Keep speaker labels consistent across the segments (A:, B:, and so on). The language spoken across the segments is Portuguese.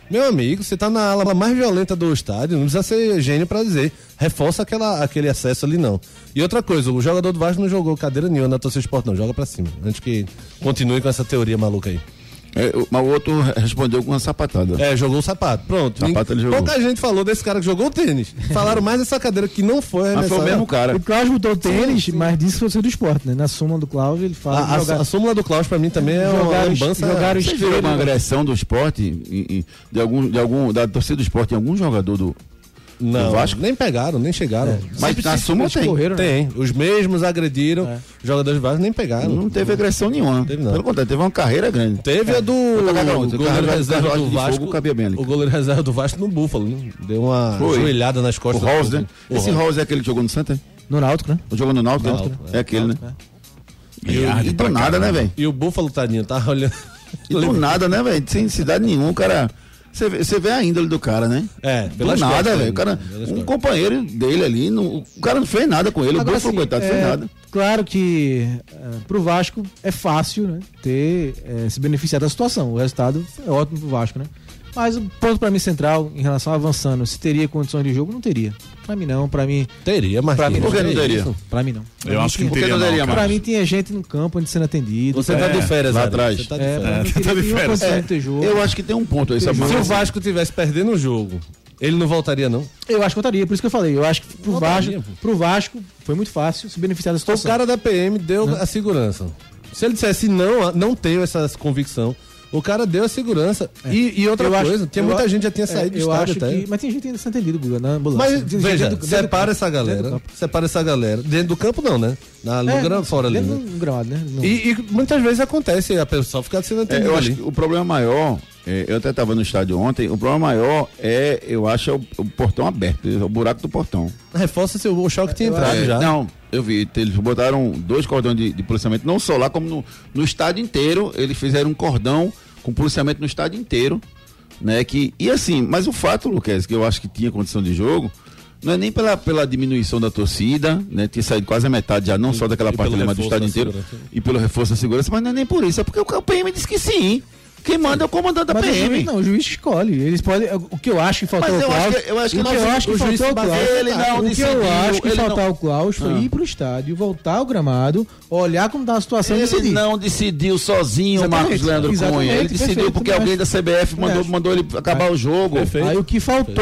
A: Meu amigo, você tá na ala mais violenta do estádio, não precisa ser gênio pra dizer. Reforça aquele acesso ali, não. E outra coisa, o jogador do Vasco não jogou cadeira nenhuma na torcida Sport, não. Joga pra cima. Antes que continue com essa teoria maluca aí.
B: Mas o outro respondeu com uma sapatada.
A: Jogou o sapato. Pronto.
B: Sapato ele jogou.
A: Pouca gente falou desse cara que jogou o tênis. Falaram mais dessa cadeira que não foi.
B: Mas foi o mesmo cara.
C: O Cláudio botou o tênis, mas disse que foi do esporte, né? Na súmula do Cláudio ele fala.
A: A súmula do Cláudio pra mim também é uma lambança.
B: Você viu uma agressão do esporte, da torcida do esporte em algum jogador do Vasco?
A: Nem pegaram, nem chegaram.
B: Mas na súmula
A: tem. Os mesmos agrediram, os jogadores do Vasco nem pegaram.
B: Não teve agressão nenhuma. Pelo contrário, teve uma carreira grande.
A: Teve a do goleiro reserva do Vasco.
B: Cabia bem ali.
A: O goleiro reserva do Vasco no Búfalo, né? Deu uma joelhada nas costas.
B: O Rose, né? Esse Rose é aquele que jogou no Santa?
C: No Náutico, né?
B: Jogou no Náutico? É aquele, né? E do nada, né, velho?
A: E o Búfalo, tadinho, tá olhando.
B: E do nada, né, velho? Sem cidade nenhuma, o cara... Você vê a índole do cara, né?
A: Pela
B: nada, velho. O cara, companheiro dele ali, o cara não fez nada com ele.
C: Agora,
B: o Búfalo, coitado, não fez nada.
C: Claro que pro Vasco é fácil, né, se beneficiar da situação. O resultado é ótimo pro Vasco, né? Mas o ponto pra mim central, em relação a avançando, se teria condições de jogo, não teria. Pra mim não, pra mim...
A: Teria, mas...
C: Pra mim
B: por que não teria?
C: Pra mim não.
D: Eu acho que não teria, não.
C: Pra mim tinha gente no campo onde sendo atendido.
A: Você tá de férias,
B: lá atrás.
A: Você tá de férias.
B: Eu acho que tem um ponto aí.
A: Se o Vasco tivesse perdendo o jogo, ele não voltaria, não?
C: Eu acho que voltaria, por isso que eu falei. Eu acho que pro Vasco foi muito fácil se beneficiar da situação.
A: O cara da PM deu a segurança. Se ele dissesse não tenho essa convicção, o cara deu a segurança. E outra coisa, muita gente já tinha saído do estádio até.
C: Mas tem gente ainda sendo entendido, Guga, na
A: ambulância. Mas, veja, separa essa galera. Dentro do campo não, né? Fora ali.
C: Dentro do gramado, né?
A: E muitas vezes acontece a pessoa ficar sendo entendida
B: eu
A: ali.
B: acho que o problema maior, eu até estava no estádio ontem, o problema maior eu acho, o portão aberto, o buraco do portão.
A: Reforça o choque tinha entrado já.
B: Não, eu vi, eles botaram 2 cordões de policiamento, não só lá, como no estádio inteiro, eles fizeram um cordão com policiamento no estádio inteiro, né, e assim, mas o fato, Luquez, que eu acho que tinha condição de jogo, não é nem pela diminuição da torcida, né, tinha saído quase a metade já, não só daquela parte ali, mas do estádio inteiro, e pelo reforço da segurança, mas não é nem por isso, é porque o PM disse que sim. Quem manda é o comandante da PM.
C: O juiz escolhe. Eles podem. O que eu acho que faltou ao Klaus.
B: Eu acho que
C: o que eu acho que faltou ao Klaus foi ir pro estádio, voltar ao gramado, olhar como tá a situação e decidir.
B: Ele não decidiu sozinho, o Marcos Leandro Cunha. Ele decidiu porque alguém da CBF mandou ele acabar o jogo.
C: Aí o que faltou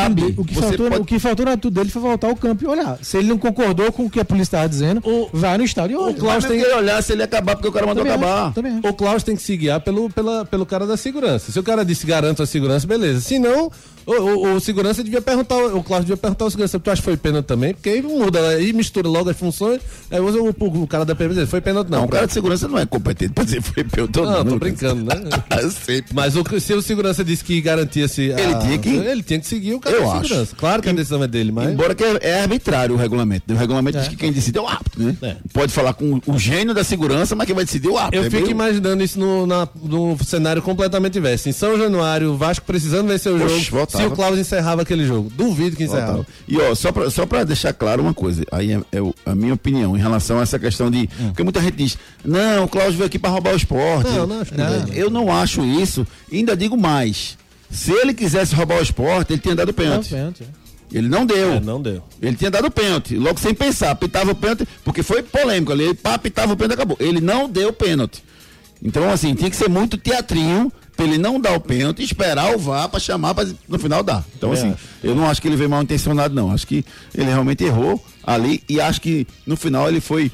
C: o que faltou na tudo dele foi voltar ao campo e olhar. Se ele não concordou com o que a polícia estava dizendo, vai no estádio e olha.
B: O Klaus tem que olhar se ele acabar porque o cara mandou acabar.
A: O Klaus tem que se guiar pelo cara da segurança. Se o cara disse garanto a segurança, beleza. Se não, o segurança devia perguntar, o Cláudio devia perguntar ao segurança, tu acha que foi pênalti também? Porque aí muda, aí mistura logo as funções, aí o cara da PM dizer, foi pênalti não.
B: O cara de segurança não é competente pra dizer foi pênalti.
A: Não, tô brincando, né? Mas se o segurança disse que garantia-se ele tinha que seguir o cara da segurança. Claro que a decisão é dele, mas...
B: Embora que é arbitrário o regulamento. O regulamento diz que quem decide é o árbitro, né? Pode falar com o gênio da segurança, mas quem vai decidir é o árbitro.
A: Eu fico imaginando isso no cenário completamente inverso. Em São Januário, o Vasco precisando vencer o jogo, se o Cláudio encerrava aquele jogo. Duvido que encerrava.
B: E só pra deixar claro uma coisa, aí é a minha opinião em relação a essa questão de... Porque muita gente diz, não, o Cláudio veio aqui pra roubar o esporte. Eu não acho isso. E ainda digo mais. Se ele quisesse roubar o esporte, ele tinha dado pênalti. Ele não deu.
A: Não deu.
B: Ele tinha dado pênalti. Logo sem pensar, pitava o pênalti, porque foi polêmico ali. Ele pitava o pênalti e acabou. Ele não deu pênalti. Então, assim, tinha que ser muito teatrinho pra ele não dar o pênalti, esperar o VAR pra chamar pra no final dar. Então, assim, eu não acho que ele veio mal intencionado, não. Acho que ele realmente errou ali e acho que no final ele foi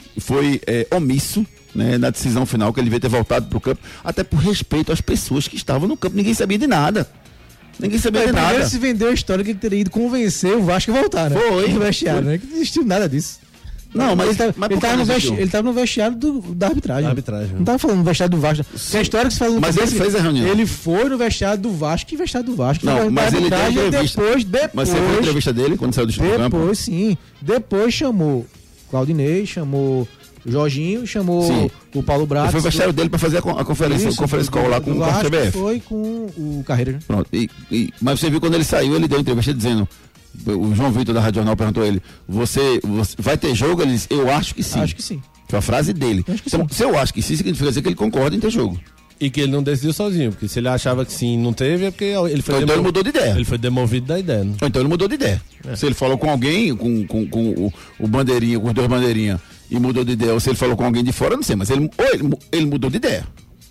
B: omisso, né, na decisão final, que ele devia ter voltado pro campo, até por respeito às pessoas que estavam no campo. Ninguém sabia de nada.
C: Primeiro se vendeu a história que ele teria ido convencer o Vasco a voltar, né?
B: Foi.
C: No vestiário, né? Que não existiu nada disso.
B: Não, mas
C: ele tava no vestiário da arbitragem. Não tava falando no vestiário do Vasco. É a história que se fala no
B: Mas ele fez a reunião.
C: Ele foi no vestiário do Vasco. Que vestiário do Vasco?
B: Não, mas ele deu entrevista.
C: Depois.
B: Mas você viu a entrevista dele quando saiu do campo?
C: Depois, sim. Depois chamou Claudinei, chamou o Jorginho, chamou o Paulo Braga.
B: Foi o vestiário dele para fazer a conferência call lá com o CBF.
C: Foi com o Carreira.
B: Pronto. Mas você viu quando ele saiu, ele deu entrevista dizendo... O João Vitor da Rádio Jornal perguntou a ele, você vai ter jogo? Ele disse, eu acho que sim.
C: Acho que sim.
B: Foi a frase dele. Então, se eu acho que sim, significa dizer que ele concorda em ter jogo.
A: E que ele não decidiu sozinho, porque se ele achava que sim, não teve, é porque ele foi
B: Então ele mudou de ideia.
A: Ele foi demovido da ideia, né?
B: Ou então ele mudou de ideia. Se ele falou com alguém, com o bandeirinha, com os dois bandeirinhas, e mudou de ideia, ou se ele falou com alguém de fora, eu não sei, mas ele mudou de ideia.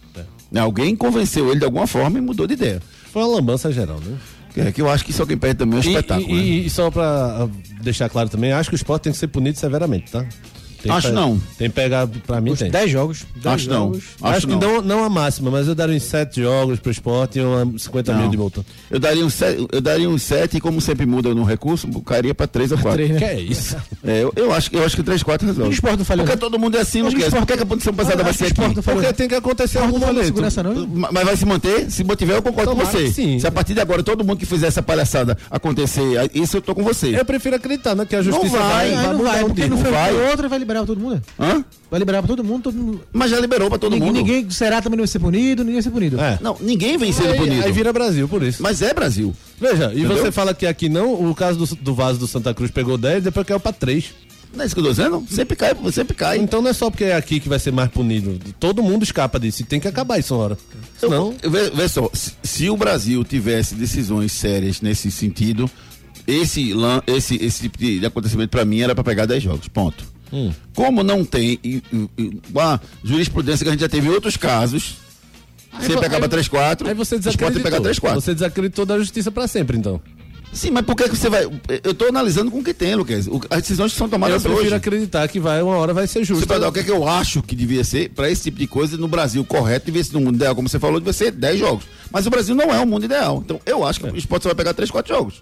B: Alguém convenceu ele de alguma forma e mudou de ideia.
A: Foi uma lambança geral, né?
B: É que eu acho que só quem perde também é um espetáculo.
A: E só pra deixar claro também, acho que o Sport tem que ser punido severamente, tá?
B: Não.
A: Tem que pegar, pra mim, tem.
C: 10 jogos.
B: Acho não.
A: Acho que não a máxima, mas eu daria uns 7 jogos pro Sport e 50 mil de multa.
B: Eu daria uns 7 e como sempre muda no recurso, cairia pra 3 ou 4.
C: 3, né?
A: Que é isso?
B: Eu acho que 3, 4 resolve.
C: O Sport não falhou.
B: Porque todo mundo é assim, Luquez. Por que a punição passada vai ser aqui?
A: Porque tem que acontecer algum momento.
C: Segurança, não?
B: Mas vai se manter? Se mantiver, eu concordo com você.
A: Sim.
B: Se a partir de agora todo mundo que fizer essa palhaçada acontecer, isso eu tô com você.
A: Eu prefiro acreditar, né? Que a justiça vai
C: mudar
A: um
C: porque
A: tempo.
C: não foi
B: vai.
C: outra, vai liberar pra todo mundo.
B: Hã?
C: Vai liberar pra todo mundo.
B: Mas já liberou pra todo mundo.
C: Ninguém, será também não vai ser punido, ninguém vai ser punido.
B: Não, ninguém vem sendo punido.
A: Aí vira Brasil, por isso.
B: Mas é Brasil.
A: Veja, e
B: Entendeu?
A: você fala que aqui não, o caso do vaso do Santa Cruz pegou 10, depois caiu pra 3.
B: Não é isso que eu tô dizendo? Sempre cai.
A: Então não é só porque é aqui que vai ser mais punido. Todo mundo escapa disso e tem que acabar isso uma hora. Senão...
B: Vê só, se o Brasil tivesse decisões sérias nesse sentido, esse tipo de acontecimento pra mim era pra pegar 10 jogos, ponto. Como não tem uma jurisprudência que a gente já teve em outros casos, você pegava 3-4,
A: aí você
B: pode pegar 3-4.
A: Você desacreditou da justiça pra sempre, então.
B: Sim, mas por que você vai... Eu tô analisando com o que tem, Luquez. As decisões que são tomadas
A: Eu prefiro
B: hoje.
A: acreditar que uma hora vai ser justo.
B: O que é que eu acho que devia ser para esse tipo de coisa no Brasil correto, devia ser no mundo ideal, como você falou, devia ser 10 jogos. Mas o Brasil não é um mundo ideal. Então eu acho que o esporte só vai pegar 3-4 jogos.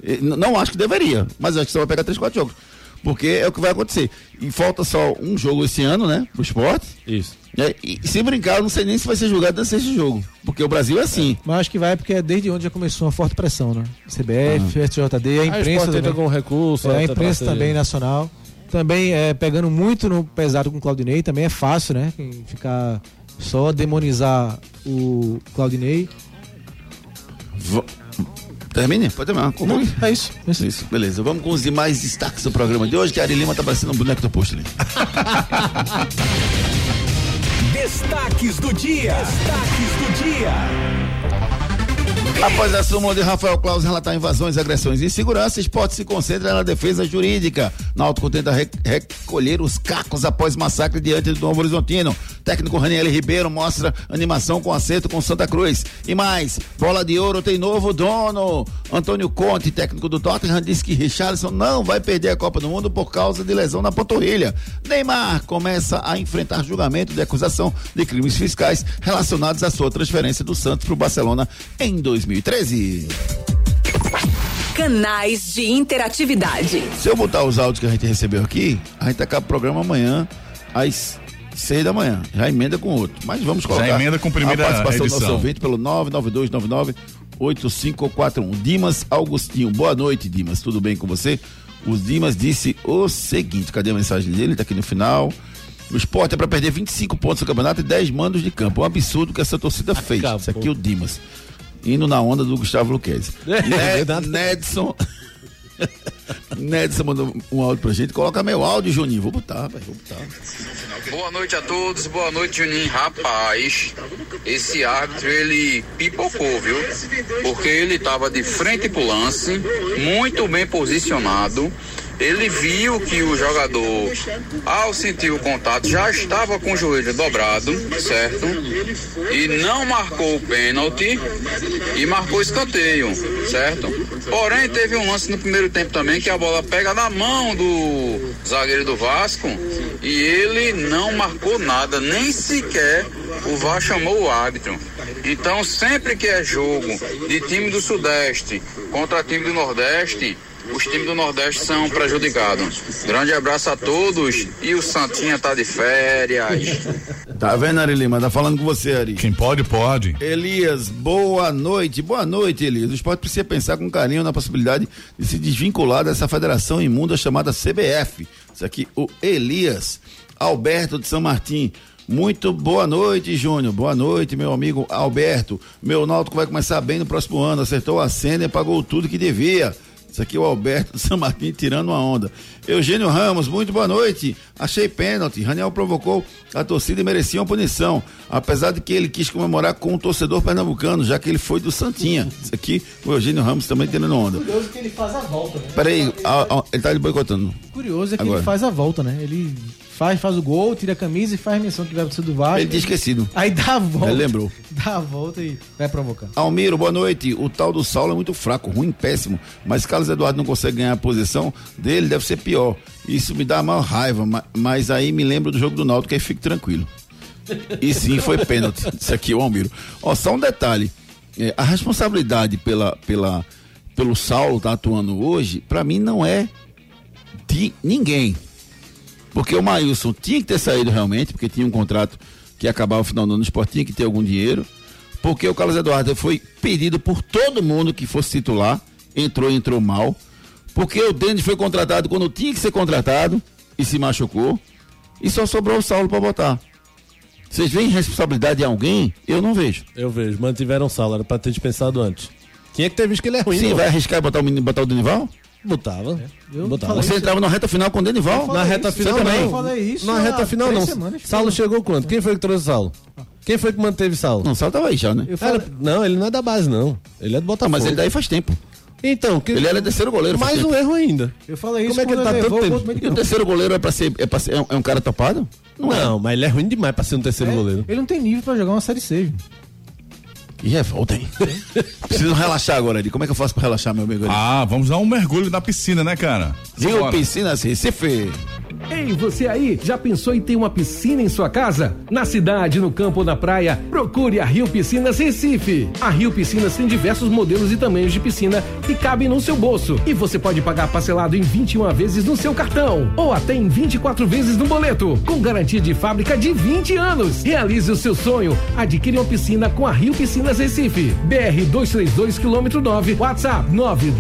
B: Não acho que deveria, mas acho que só vai pegar 3-4 jogos. Porque é o que vai acontecer. E falta só um jogo esse ano, né? Pro esporte.
A: Isso.
B: E se brincar, eu não sei nem se vai ser julgado nesse jogo. Porque o Brasil é assim.
C: Mas acho que vai porque é desde onde já começou uma forte pressão, né? CBF, STJD, a imprensa.
A: Tenta com recurso.
C: A imprensa também nacional. Também pegando muito no pesado com o Claudinei, também é fácil, né? Ficar só demonizar o Claudinei.
B: Termine? Pode terminar.
C: Não, é isso.
B: Isso, beleza. Vamos com os demais destaques do programa de hoje, que a Ari Lima tá parecendo um boneco do posto ali.
D: Destaques do dia.
B: Após a súmula de Rafael Claus relatar invasões, agressões e insegurança, Sport se concentra na defesa jurídica. Náutico tenta recolher os cacos após massacre diante do Novo Horizontino. Técnico Raniel Ribeiro mostra animação com acerto com Santa Cruz. E mais, bola de ouro tem novo dono. Antônio Conte, técnico do Tottenham, disse que Richarlison não vai perder a Copa do Mundo por causa de lesão na panturrilha. Neymar começa a enfrentar julgamento de acusação de crimes fiscais relacionados à sua transferência do Santos para o Barcelona em 2013.
E: Canais de interatividade.
B: Se eu botar os áudios que a gente recebeu aqui, a gente acaba o programa amanhã às 6 da manhã. Já emenda com outro. Mas vamos colocar.
F: Já emenda com a primeira
B: participação
F: edição.
B: do nosso ouvinte pelo 992998541. Dimas Augustinho. Boa noite, Dimas. Tudo bem com você? O Dimas disse o seguinte. Cadê a mensagem dele? Tá aqui no final. O Sport é para perder 25 pontos no campeonato e 10 mandos de campo. É um absurdo que essa torcida fez.
A: Acabou.
B: Isso aqui é o Dimas. Indo na onda do Gustavo Luquezzi. Nedson. Nedson mandou um áudio pra gente. Coloca meu áudio, Juninho. Vou botar, rapaz.
G: Boa noite a todos, boa noite, Juninho. Rapaz, esse árbitro, ele pipocou, viu? Porque ele tava de frente pro lance, muito bem posicionado. Ele viu que o jogador, ao sentir o contato, já estava com o joelho dobrado, certo? E não marcou o pênalti e marcou escanteio, certo? Porém, teve um lance no primeiro tempo também que a bola pega na mão do zagueiro do Vasco e ele não marcou nada, nem sequer o VAR chamou o árbitro. Então, sempre que é jogo de time do Sudeste contra time do Nordeste, os times do Nordeste são prejudicados. Grande abraço a todos e o Santinha tá de férias.
B: Tá vendo, Ari Lima? Tá falando com você, Ari.
F: Quem pode, pode.
B: Elias, boa noite. Boa noite, Elias. O Sport precisa pensar com carinho na possibilidade de se desvincular dessa federação imunda chamada CBF. Isso aqui, o Elias. Alberto de São Martim. Muito boa noite, Júnior. Boa noite, meu amigo Alberto. Meu Náutico vai começar bem no próximo ano. Acertou a cena e pagou tudo que devia. Isso aqui é o Alberto do São Martin tirando uma onda. Eugênio Ramos, muito boa noite. Achei pênalti. Raniel provocou a torcida e merecia uma punição. Apesar de que ele quis comemorar com o torcedor pernambucano, já que ele foi do Santinha. Isso aqui, o Eugênio Ramos também tirando onda.
C: Curioso que ele faz a volta, né?
B: Peraí, ele tá boicotando.
C: Curioso é que
B: Agora.
C: ele faz a volta, né? Ele faz o gol, tira a camisa e faz a menção que vai ser do Vasco.
B: Ele tinha esquecido.
C: Aí dá a volta.
B: Ele lembrou.
C: Dá a volta e vai provocar.
B: Almiro, boa noite. O tal do Saulo é muito fraco, ruim, péssimo. Mas Carlos Eduardo não consegue ganhar a posição dele, deve ser pior. Isso me dá maior raiva, mas aí me lembro do jogo do Náutico, aí fico tranquilo. E sim, foi pênalti. Isso aqui, o Almiro. Ó, só um detalhe. A responsabilidade pelo Saulo tá atuando hoje, pra mim não é de ninguém. Porque o Maílson tinha que ter saído realmente, porque tinha um contrato que ia acabar no final do ano, o Sport tinha que ter algum dinheiro. Porque o Carlos Eduardo foi pedido por todo mundo que fosse titular, entrou mal. Porque o Denis foi contratado quando tinha que ser contratado e se machucou. E só sobrou o Saulo para botar. Vocês veem responsabilidade em alguém? Eu não vejo.
A: Eu vejo, mantiveram o Saulo, era pra ter dispensado antes. Tinha que ter visto que ele é ruim.
B: Sim, vai arriscar e botar o Denival?
A: Botava.
C: falei
B: Você entrava na reta final com o Denival?
A: Na reta final
C: Você
A: não.
C: também? Eu falei isso
A: na reta
C: há
A: final
C: 3
A: não.
C: semanas.
A: Saulo chegou quando? Quem foi que trouxe o Saulo? Quem foi que manteve o Saulo?
B: Não, o Saulo tava aí já, né?
A: Não, ele não é da base, não. Ele é do Botafogo.
B: Mas ele daí faz tempo.
A: Então,
B: Ele era terceiro goleiro. faz
A: mais
B: tempo.
A: um erro ainda.
C: Eu falei isso
A: Como é que ele tá tanto tempo?
B: E o terceiro goleiro é um cara topado?
A: Não, mas ele é ruim demais pra ser um terceiro goleiro.
C: Ele não tem nível pra jogar uma Série C.
B: E revolta aí. Preciso relaxar agora, Edi. Como é que eu faço pra relaxar, meu amigo?
F: Vamos dar um mergulho na piscina, né, cara?
B: Rio Piscinas Recife.
H: Ei, você aí, já pensou em ter uma piscina em sua casa? Na cidade, no campo ou na praia, procure a Rio Piscinas Recife. A Rio Piscinas tem diversos modelos e tamanhos de piscina que cabem no seu bolso. E você pode pagar parcelado em 21 vezes no seu cartão ou até em 24 vezes no boleto, com garantia de fábrica de 20 anos. Realize o seu sonho. Adquire uma piscina com a Rio Piscinas Recife. BR 232 km 9, WhatsApp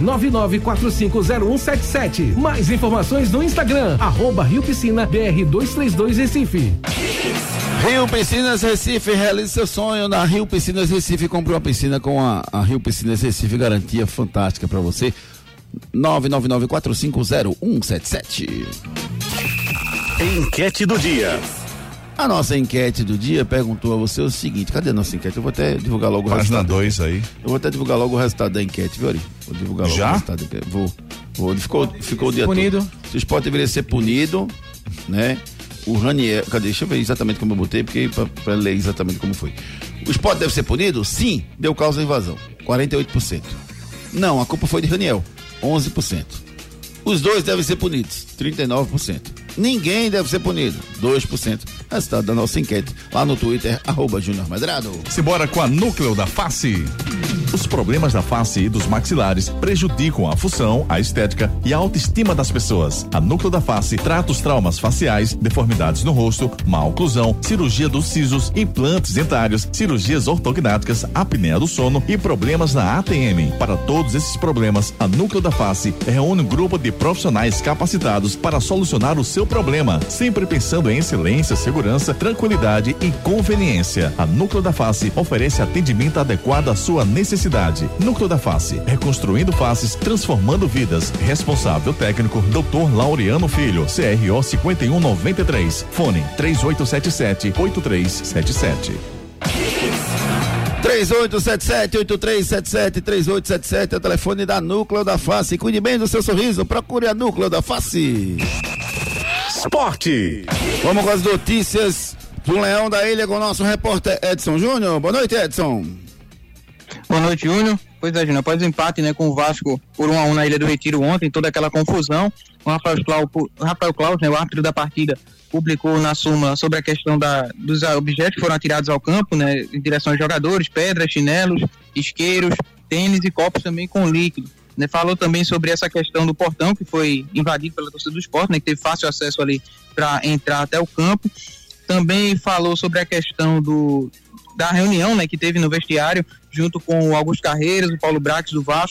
H: 999450177. Mais informações no Instagram, @Rio Piscina BR 232 Recife.
B: Rio Piscinas Recife, realize seu sonho na Rio Piscinas Recife. Compre uma piscina com a Rio Piscinas Recife, garantia fantástica pra você. 999450177.
D: Enquete do dia.
B: A nossa enquete do dia perguntou a você o seguinte: cadê a nossa enquete? Eu vou até divulgar logo o
F: Página
B: resultado.
F: 2 aí.
B: Eu vou até divulgar logo o resultado da enquete, viu, Ari? Vou divulgar logo
F: Já?
B: o resultado da enquete. Vou. Ele ficou o dia
C: Punido.
B: todo. Se o Sport deveria ser punido, né? O Raniel, cadê? Deixa eu ver exatamente como eu botei, porque pra ler exatamente como foi. O Sport deve ser punido? Sim, deu causa à invasão, 48%. Não, a culpa foi de Raniel, 11%. Os dois devem ser punidos, 39%. Ninguém deve ser punido, 2%. Resultado da nossa enquete lá no Twitter, @Júnior Medrado.
F: Simbora com a Núcleo da Face. Os problemas da face e dos maxilares prejudicam a função, a estética e a autoestima das pessoas. A Núcleo da Face trata os traumas faciais, deformidades no rosto, má oclusão, cirurgia dos sisos, implantes dentários, cirurgias ortognáticas, apneia do sono e problemas na ATM. Para todos esses problemas, a Núcleo da Face reúne um grupo de profissionais capacitados para solucionar o seu problema, sempre pensando em excelência, segurança, tranquilidade e conveniência. A Núcleo da Face oferece atendimento adequado à sua necessidade. Núcleo da Face, reconstruindo faces, transformando vidas. Responsável técnico, Dr. Laureano Filho, CRO 5193. Fone 3877-8377.
B: 3877-8377, 3877 é o telefone da Núcleo da Face. Cuide bem do seu sorriso, procure a Núcleo da Face.
D: Esporte.
B: Vamos com as notícias do Leão da Ilha com o nosso repórter Edson Júnior. Boa noite, Edson.
I: Boa noite, Júnior. Pois é, Júnior, após o empate, né, com o Vasco por 1-1 na Ilha do Retiro ontem, toda aquela confusão, o Rafael Claus, né, o árbitro da partida, publicou na súmula sobre a questão dos objetos que foram atirados ao campo, né, em direção aos jogadores, pedras, chinelos, isqueiros, tênis e copos também com líquido. Né, falou também sobre essa questão do portão que foi invadido pela torcida do Sport, né, que teve fácil acesso ali para entrar até o campo. Também falou sobre a questão da reunião, né, que teve no vestiário junto com o Augusto Carreiras, o Paulo Brax do Vasco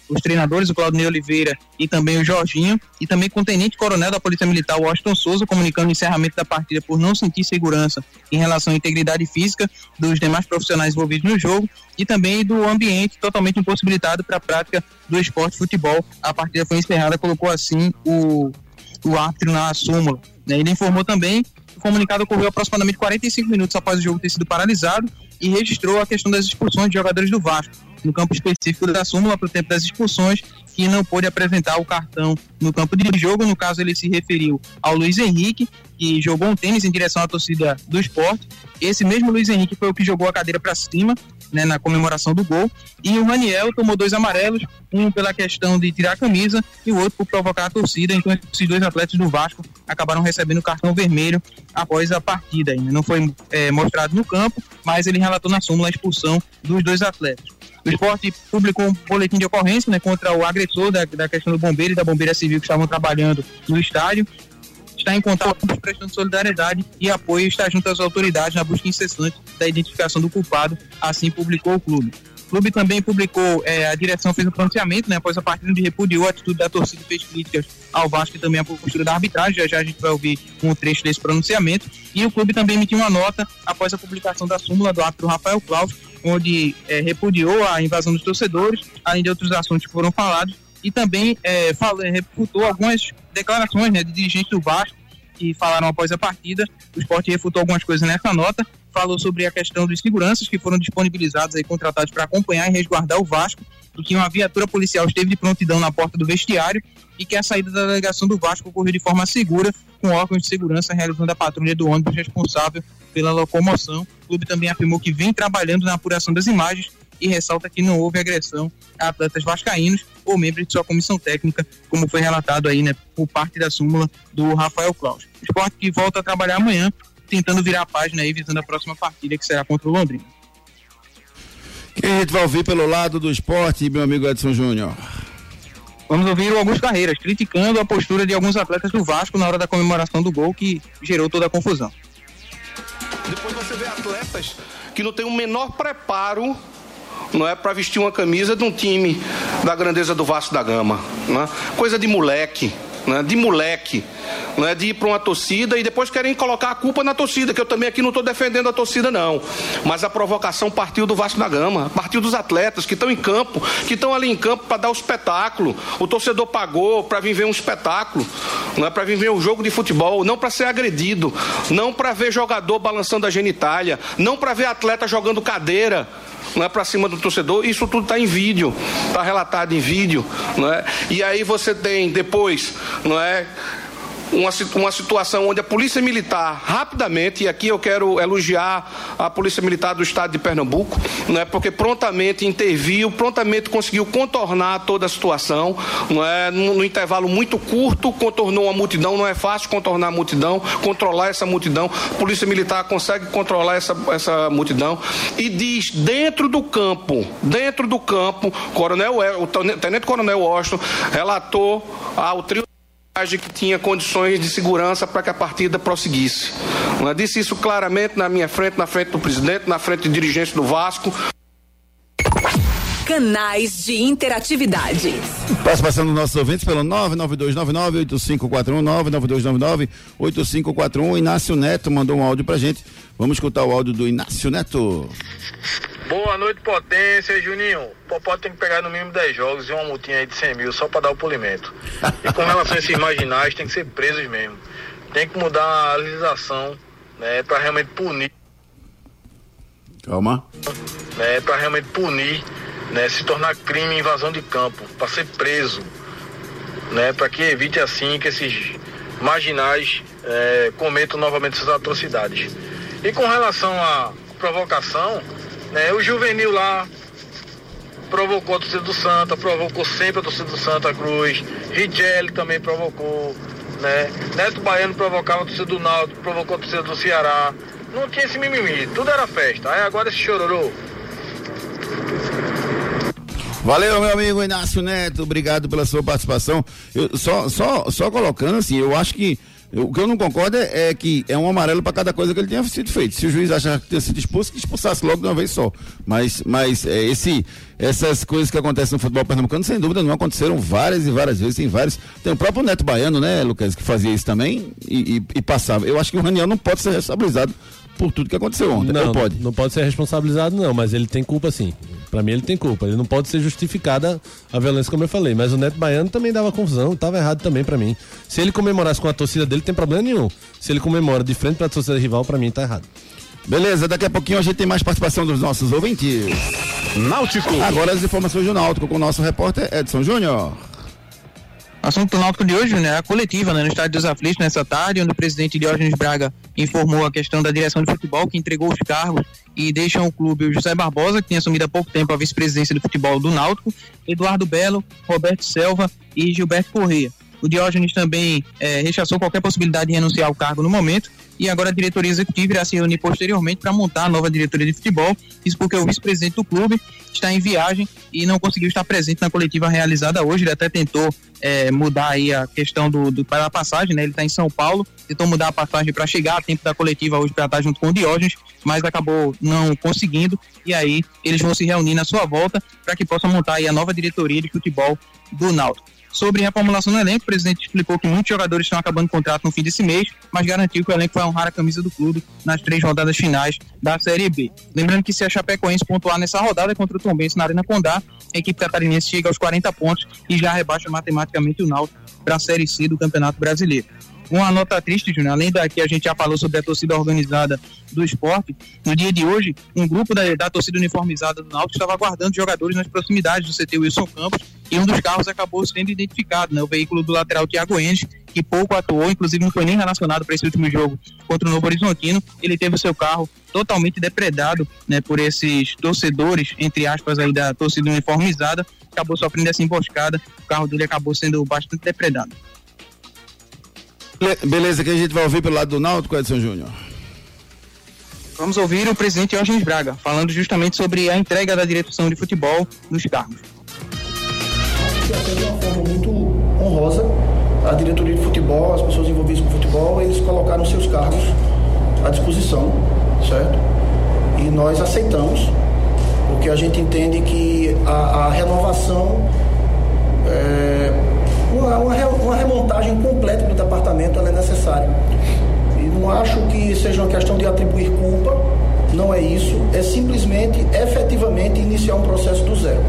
I: os treinadores, o Claudinei Oliveira e também o Jorginho, e também com o tenente-coronel da Polícia Militar, o Washington Souza, comunicando o encerramento da partida por não sentir segurança em relação à integridade física dos demais profissionais envolvidos no jogo e também do ambiente totalmente impossibilitado para a prática do esporte futebol. A partida foi encerrada, colocou assim o árbitro na súmula, né? Ele informou também que o comunicado ocorreu aproximadamente 45 minutos após o jogo ter sido paralisado e registrou a questão das expulsões de jogadores do Vasco no campo específico da súmula para o tempo das expulsões, que não pôde apresentar o cartão no campo de jogo. No caso, ele se referiu ao Luiz Henrique, que jogou um tênis em direção à torcida do Sport. Esse mesmo Luiz Henrique foi o que jogou a cadeira para cima, né, na comemoração do gol, e o Raniel tomou 2 amarelos, um pela questão de tirar a camisa e o outro por provocar a torcida. Então esses 2 atletas do Vasco acabaram recebendo cartão vermelho após a partida. Ainda não foi mostrado no campo, mas ele relatou na súmula a expulsão dos 2 atletas. O Sport publicou um boletim de ocorrência, né, contra o agressor da questão do bombeiro e da bombeira civil que estavam trabalhando no estádio. Está em contato, prestando solidariedade e apoio, está junto às autoridades na busca incessante da identificação do culpado, assim publicou o clube. O clube também publicou, a direção fez um pronunciamento, né, após a partida, onde repudiou a atitude da torcida e fez críticas ao Vasco e também a postura da arbitragem. Já a gente vai ouvir um trecho desse pronunciamento. E o clube também emitiu uma nota após a publicação da súmula do árbitro Rafael Claus, onde repudiou a invasão dos torcedores, além de outros assuntos que foram falados, e também refutou algumas declarações, né, de dirigentes do Vasco que falaram após a partida. O Sport refutou algumas coisas nessa nota, falou sobre a questão dos seguranças que foram disponibilizados aí, contratados para acompanhar e resguardar o Vasco, e que uma viatura policial esteve de prontidão na porta do vestiário e que a saída da delegação do Vasco ocorreu de forma segura, com órgãos de segurança realizando a patrulha do ônibus responsável pela locomoção. O clube também afirmou que vem trabalhando na apuração das imagens e ressalta que não houve agressão a atletas vascaínos ou membros de sua comissão técnica, como foi relatado aí, né, por parte da súmula do Rafael Claus. O Sport que volta a trabalhar amanhã, tentando virar a página aí, visando a próxima partida, que será contra o Londrina.
B: Quem a gente vai ouvir pelo lado do Sport, meu amigo Edson Júnior?
I: Vamos ouvir o Augusto Carreiras, criticando a postura de alguns atletas do Vasco na hora da comemoração do gol, que gerou toda a confusão.
J: Depois você vê atletas que não têm o menor preparo, não é, para vestir uma camisa de um time da grandeza do Vasco da Gama, não é? Coisa de moleque, né? De moleque, não é, de ir para uma torcida e depois querem colocar a culpa na torcida, que eu também aqui não estou defendendo a torcida não, mas a provocação partiu do Vasco da Gama, partiu dos atletas que estão em campo, que estão ali em campo para dar o espetáculo. O torcedor pagou para vir ver um espetáculo, não é, para vir ver um jogo de futebol, não para ser agredido, não para ver jogador balançando a genitália, não para ver atleta jogando cadeira, não é, para cima do torcedor. Isso tudo está em vídeo, está relatado em vídeo, não é? E aí você tem depois, não é, uma situação onde a Polícia Militar rapidamente, e aqui eu quero elogiar a Polícia Militar do Estado de Pernambuco, não é, porque prontamente interviu, prontamente conseguiu contornar toda a situação, não é, no intervalo muito curto, contornou uma multidão. Não é fácil contornar a multidão, controlar essa multidão. A Polícia Militar consegue controlar essa multidão e diz, dentro do campo, o Tenente Coronel Washington relatou ao trio que tinha condições de segurança para que a partida prosseguisse. Eu disse isso claramente na minha frente, na frente do presidente, na frente de dirigentes do Vasco.
E: Canais de interatividade.
B: Participação dos nossos ouvintes pelo 99299-8541, 99299-8541. Inácio Neto mandou um áudio pra gente. Vamos escutar o áudio do Inácio Neto.
K: Boa noite, Potência. Juninho, o Popó tem que pegar no mínimo 10 jogos e uma multinha aí de 100 mil só para dar o polimento. E com relação a esses marginais, tem que ser presos mesmo. Tem que mudar a legislação, né, para realmente punir.
B: Calma.
K: Né, para realmente punir, né, se tornar crime invasão de campo, para ser preso, né, para que evite assim que esses marginais cometam novamente essas atrocidades. E com relação à provocação, né, o Juvenil lá provocou a torcida do Santa, provocou sempre a torcida do Santa Cruz, Richelli também provocou, né, Neto Baiano provocava a torcida do Náutico, provocou a torcida do Ceará. Não tinha esse mimimi, tudo era festa. Aí agora esse chororô.
B: Valeu, meu amigo Inácio Neto, obrigado pela sua participação. Eu só colocando assim, eu acho que O que eu não concordo é que é um amarelo para cada coisa que ele tenha sido feito. Se o juiz achar que tenha sido expulso, que expulsasse logo de uma vez só. Mas essas coisas que acontecem no futebol pernambucano, sem dúvida, não aconteceram várias e várias vezes. Tem o próprio Neto Baiano, né, Lucas, que fazia isso também e passava. Eu acho que o Raniel não pode ser responsabilizado por tudo que aconteceu ontem.
A: Não pode ser responsabilizado, não, mas ele tem culpa, sim. Pra mim ele tem culpa, ele não pode ser justificada a violência, como eu falei, mas o Neto Baiano também dava confusão, tava errado também pra mim. Se ele comemorasse com a torcida dele, tem problema nenhum. Se ele comemora de frente pra torcida rival, pra mim tá errado.
B: Beleza, daqui a pouquinho a gente tem mais participação dos nossos ouvintes.
D: Náutico.
B: Agora as informações do Náutico com o nosso repórter Edson Júnior.
I: Assunto do Náutico de hoje, né? A coletiva, né, no Estádio dos Aflitos nessa tarde, onde o presidente Diógenes Braga informou a questão da direção de futebol, que entregou os cargos e deixam o clube o José Barbosa, que tinha assumido há pouco tempo a vice-presidência do futebol do Náutico, Eduardo Belo, Roberto Selva e Gilberto Corrêa. O Diógenes também rechaçou qualquer possibilidade de renunciar ao cargo no momento, e agora a diretoria executiva irá se reunir posteriormente para montar a nova diretoria de futebol. Isso porque o vice-presidente do clube está em viagem e não conseguiu estar presente na coletiva realizada hoje. Ele até tentou mudar aí a questão da passagem, né? Ele está em São Paulo, tentou mudar a passagem para chegar a tempo da coletiva hoje para estar junto com o Diógenes, mas acabou não conseguindo, e aí eles vão se reunir na sua volta para que possam montar aí a nova diretoria de futebol do Náutico. Sobre reformulação no elenco, o presidente explicou que muitos jogadores estão acabando o contrato no fim desse mês, mas garantiu que o elenco vai honrar a camisa do clube nas 3 rodadas finais da Série B. Lembrando que se a Chapecoense pontuar nessa rodada contra o Tombense na Arena Condá, a equipe catarinense chega aos 40 pontos e já rebaixa matematicamente o Náutico para a Série C do Campeonato Brasileiro. Uma nota triste, Júnior, além da que a gente já falou sobre a torcida organizada do esporte, no dia de hoje, um grupo da torcida uniformizada do Náutico estava aguardando jogadores nas proximidades do CT Wilson Campos, e um dos carros acabou sendo identificado, né? O veículo do lateral Thiago Endes, que pouco atuou, inclusive não foi nem relacionado para esse último jogo contra o Novo Horizontino. Ele teve o seu carro totalmente depredado, né, por esses torcedores, entre aspas, aí da torcida uniformizada, acabou sofrendo essa emboscada, o carro dele acabou sendo bastante depredado.
B: Beleza, que a gente vai ouvir pelo lado do Náutico, Edson Júnior.
I: Vamos ouvir o presidente Diógenes Braga, falando justamente sobre a entrega da direção de futebol nos cargos.
L: De uma forma muito honrosa, a diretoria de futebol, as pessoas envolvidas com futebol, eles colocaram seus cargos à disposição, certo? E nós aceitamos, porque a gente entende que a renovação, uma remontagem completa do departamento, ela é necessária. E não acho que seja uma questão de atribuir culpa, não é isso, é simplesmente, efetivamente, iniciar um processo do zero.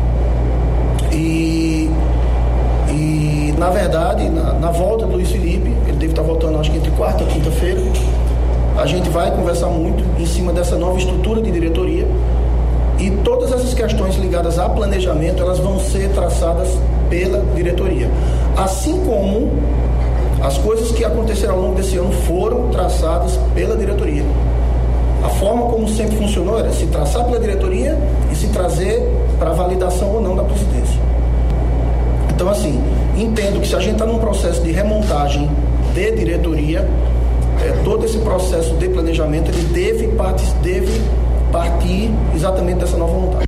L: E na verdade, na volta do Luiz Felipe, ele deve estar voltando acho que entre quarta e quinta-feira, a gente vai conversar muito em cima dessa nova estrutura de diretoria, e todas essas questões ligadas a planejamento, elas vão ser traçadas pela diretoria. Assim como as coisas que aconteceram ao longo desse ano foram traçadas pela diretoria. A forma como sempre funcionou era se traçar pela diretoria e se trazer para validação ou não da presidência. Então, assim, entendo que se a gente está num processo de remontagem de diretoria, todo esse processo de planejamento ele deve partir exatamente dessa nova montagem.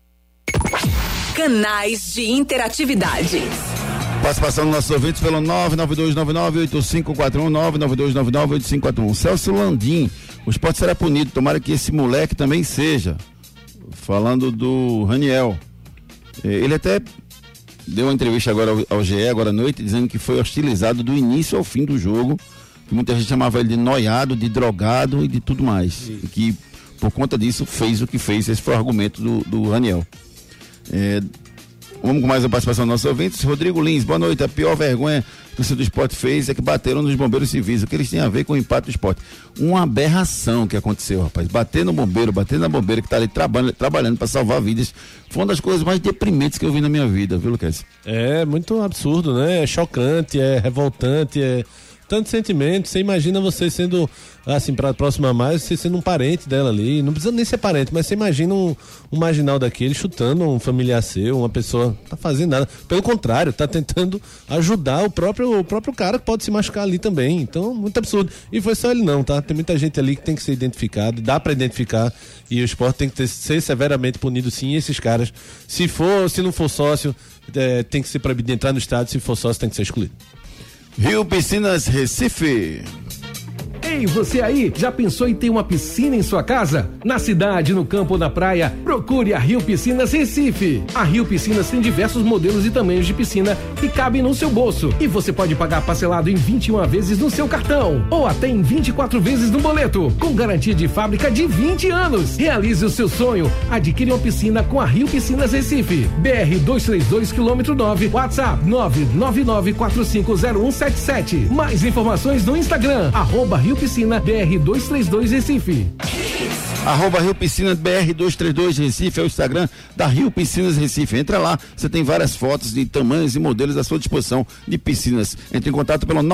E: Canais de interatividade.
B: Participação dos nossos ouvintes pelo 992998541, 992998541. Celso Landim, o esporte será punido, tomara que esse moleque também seja. Falando do Raniel. Ele até deu uma entrevista agora ao GE, agora à noite, dizendo que foi hostilizado do início ao fim do jogo, que muita gente chamava ele de noiado, de drogado e de tudo mais. E que, por conta disso, fez o que fez. Esse foi o argumento do Raniel. Vamos com mais uma participação dos nossos ouvintes. Rodrigo Lins, boa noite. A pior vergonha que o Centro do Esporte fez é que bateram nos bombeiros civis. O que eles têm a ver com o impacto do esporte? Uma aberração que aconteceu, rapaz. Bater no bombeiro, bater na bombeira que está ali trabalhando para salvar vidas. Foi uma das coisas mais deprimentes que eu vi na minha vida, viu, Lucas?
A: É muito absurdo, né? É chocante, é revoltante, é tanto sentimento. Você imagina você sendo, assim, para aproximar mais, você sendo um parente dela ali, não precisa nem ser parente, mas você imagina um marginal daquele chutando um familiar seu, uma pessoa, não tá fazendo nada, pelo contrário, tá tentando ajudar o próprio cara que pode se machucar ali também. Então, muito absurdo. E foi só ele não, tá? Tem muita gente ali que tem que ser identificado, dá para identificar, e o esporte tem que ser severamente punido sim. E esses caras, se não for sócio, tem que ser proibido de entrar no estádio, se for sócio tem que ser excluído.
B: Rio Piscinas Recife.
H: Ei, você aí, já pensou em ter uma piscina em sua casa? Na cidade, no campo ou na praia, procure a Rio Piscinas Recife. A Rio Piscinas tem diversos modelos e tamanhos de piscina que cabem no seu bolso. E você pode pagar parcelado em 21 vezes no seu cartão ou até em 24 vezes no boleto, com garantia de fábrica de 20 anos. Realize o seu sonho. Adquire uma piscina com a Rio Piscinas Recife. BR 232 km 9, WhatsApp 999450177. Mais informações no Instagram, @Rio Piscina BR 232 Recife.
B: @Rio Piscinas BR 232 Recife é o Instagram da Rio Piscinas Recife. Entra lá, você tem várias fotos de tamanhos e modelos à sua disposição de piscinas. Entre em contato pelo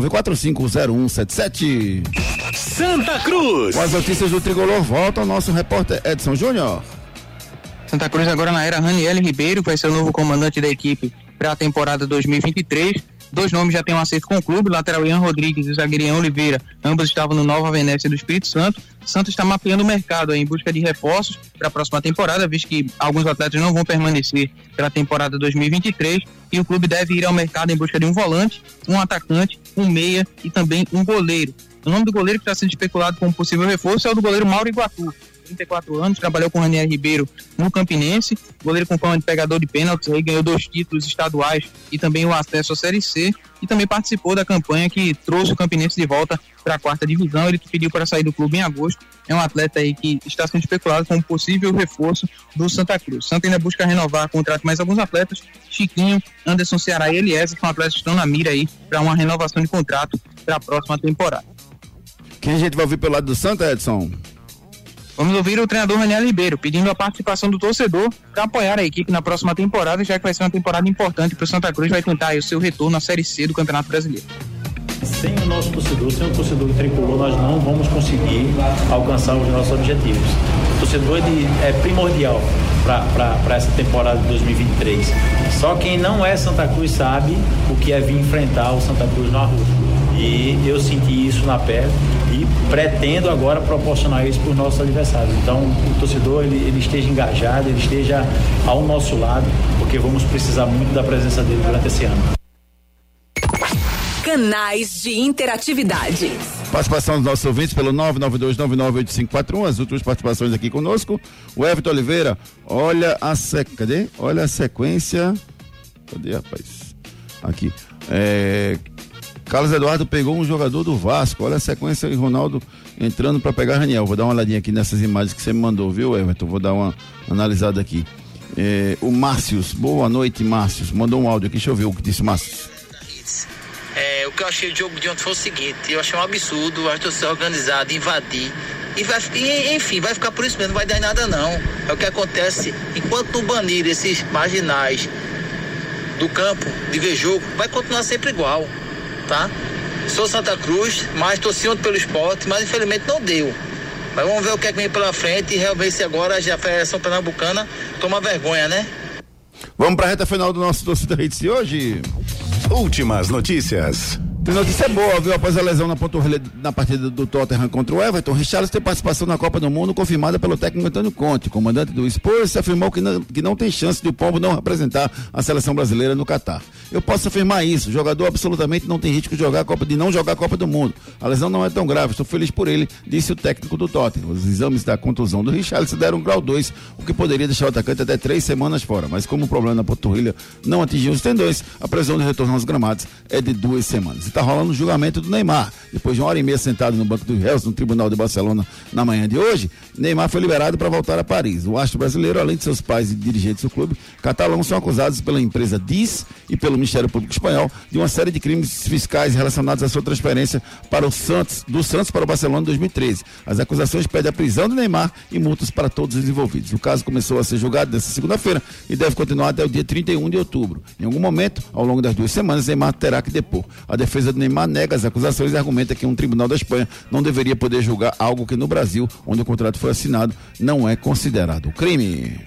B: 999450177.
D: Santa Cruz.
B: Com as notícias do Tricolor, volta ao nosso repórter Edson Júnior.
I: Santa Cruz agora na era Raniel Ribeiro, que vai ser o novo comandante da equipe para a temporada 2023. 2 nomes já têm um acerto com o clube, lateral Ian Rodrigues e zagueiro Ian Oliveira, ambos estavam no Nova Venécia do Espírito Santo. Santos está mapeando o mercado em busca de reforços para a próxima temporada, visto que alguns atletas não vão permanecer pela temporada 2023 e o clube deve ir ao mercado em busca de um volante, um atacante, um meia e também um goleiro. O nome do goleiro que está sendo especulado como possível reforço é o do goleiro Mauro Iguatu. 34 anos, trabalhou com o Raniel Ribeiro no Campinense, goleiro com fama de pegador de pênaltis, aí ganhou 2 títulos estaduais e também o acesso à Série C, e também participou da campanha que trouxe o Campinense de volta para a 4ª divisão. Ele pediu para sair do clube em agosto. É um atleta aí que está sendo especulado como possível reforço do Santa Cruz. O Santa ainda busca renovar contrato mais alguns atletas, Chiquinho, Anderson Ceará e Eliezer, são atletas que estão na mira aí para uma renovação de contrato para a próxima temporada.
B: Quem a gente vai ouvir pelo lado do Santa, Edson?
I: Vamos ouvir o treinador Raniel Ribeiro pedindo a participação do torcedor para apoiar a equipe na próxima temporada, já que vai ser uma temporada importante para o Santa Cruz, vai tentar aí o seu retorno à Série C do Campeonato Brasileiro.
M: Sem o nosso torcedor, sem o torcedor tricolor, nós não vamos conseguir alcançar os nossos objetivos. O torcedor é primordial para essa temporada de 2023. Só quem não é Santa Cruz sabe o que é vir enfrentar o Santa Cruz no Arruda. E eu senti isso na pele e pretendo agora proporcionar isso para os nossos adversários. Então, o torcedor ele esteja engajado, ele esteja ao nosso lado, porque vamos precisar muito da presença dele durante esse ano.
E: Canais de interatividade.
B: Participação dos nossos ouvintes pelo 992998541, as últimas participações aqui conosco. O Everton Oliveira, olha a sequência. Cadê, rapaz? Aqui. Carlos Eduardo pegou um jogador do Vasco. Olha a sequência de Ronaldo entrando para pegar Raniel. Vou dar uma olhadinha aqui nessas imagens que você me mandou, viu, Everton? Vou dar uma analisada aqui. O Márcios, boa noite, Márcios. Mandou um áudio aqui, deixa eu ver o que disse o Márcios.
N: O que eu achei do jogo de ontem foi o seguinte: eu achei um absurdo o Arthur ser organizado, invadir. Enfim, vai ficar por isso mesmo, não vai dar em nada não. É o que acontece, enquanto não banir esses marginais do campo de ver jogo, vai continuar sempre igual. Tá? Sou Santa Cruz, mas torci ontem pelo esporte, mas infelizmente não deu. Mas vamos ver o que é que vem pela frente e ver se agora já a Federação Pernambucana toma vergonha, né?
B: Vamos pra reta final do nosso Torcida Hits de hoje.
D: Últimas notícias.
B: Tem notícia boa, viu? Após a lesão na panturrilha na partida do Tottenham contra o Everton, Richarlison tem participação na Copa do Mundo confirmada pelo técnico Antônio Conte. O comandante do Spurs afirmou que não tem chance de o Pombo não representar a seleção brasileira no Catar. Eu posso afirmar isso, o jogador absolutamente não tem risco de não jogar a Copa do Mundo. A lesão não é tão grave, estou feliz por ele, disse o técnico do Tottenham. Os exames da contusão do Richarlison deram grau 2, o que poderia deixar o atacante até 3 semanas fora. Mas como o problema na panturrilha não atingiu os tendões, a previsão de retorno aos gramados é de 2 semanas. E está rolando o julgamento do Neymar. Depois de 1h30 sentado no banco dos réus no Tribunal de Barcelona na manhã de hoje, Neymar foi liberado para voltar a Paris. O astro brasileiro, além de seus pais e dirigentes do clube catalão, são acusados pela empresa DIS e pelo Ministério Público Espanhol de uma série de crimes fiscais relacionados à sua transferência do Santos para o Barcelona em 2013. As acusações pedem a prisão do Neymar e multas para todos os envolvidos. O caso começou a ser julgado nesta segunda-feira e deve continuar até o dia 31 de outubro. Em algum momento, ao longo das 2 semanas, Neymar terá que depor. A defesa do Neymar nega as acusações e argumenta que um tribunal da Espanha não deveria poder julgar algo que no Brasil, onde o contrato foi assinado, não é considerado crime.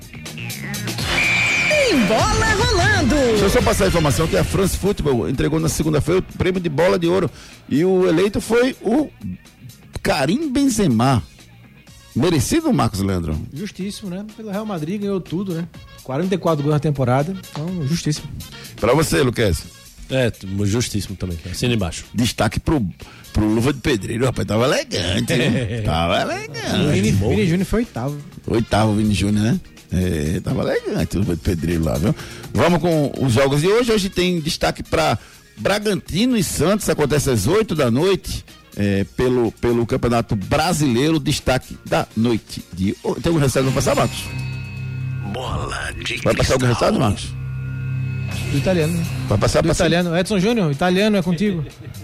E: Bola rolando.
B: Deixa eu só passar a informação que a France Football entregou na segunda-feira o prêmio de bola de ouro e o eleito foi o Karim Benzema. Merecido, Marcos Leandro?
C: Justíssimo, né? Pelo Real Madrid ganhou tudo, né? 44 gols na temporada, então justíssimo.
B: Pra você, Luquez.
A: Justíssimo também. Assina embaixo.
B: Destaque pro Luva de Pedreiro, rapaz, tava elegante, hein? Tava elegante.
C: Vini Júnior foi oitavo.
B: Vini Júnior, né? Tava elegante o Luva de Pedreiro lá, viu? Vamos com os jogos de hoje. Hoje tem destaque para Bragantino e Santos, acontece às 8 da noite, pelo Campeonato Brasileiro, destaque da noite. Tem algum resultado pra passar, Marcos?
D: Bola de
B: Vai passar algum resultado, Marcos?
C: Do italiano, né?
B: Vai passar
C: do italiano. Edson Júnior, italiano é contigo.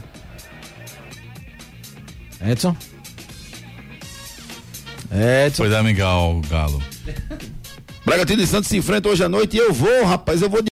C: Edson.
F: Foi dar Miguel, Galo.
B: Bragantino e Santos se enfrentam hoje à noite e eu vou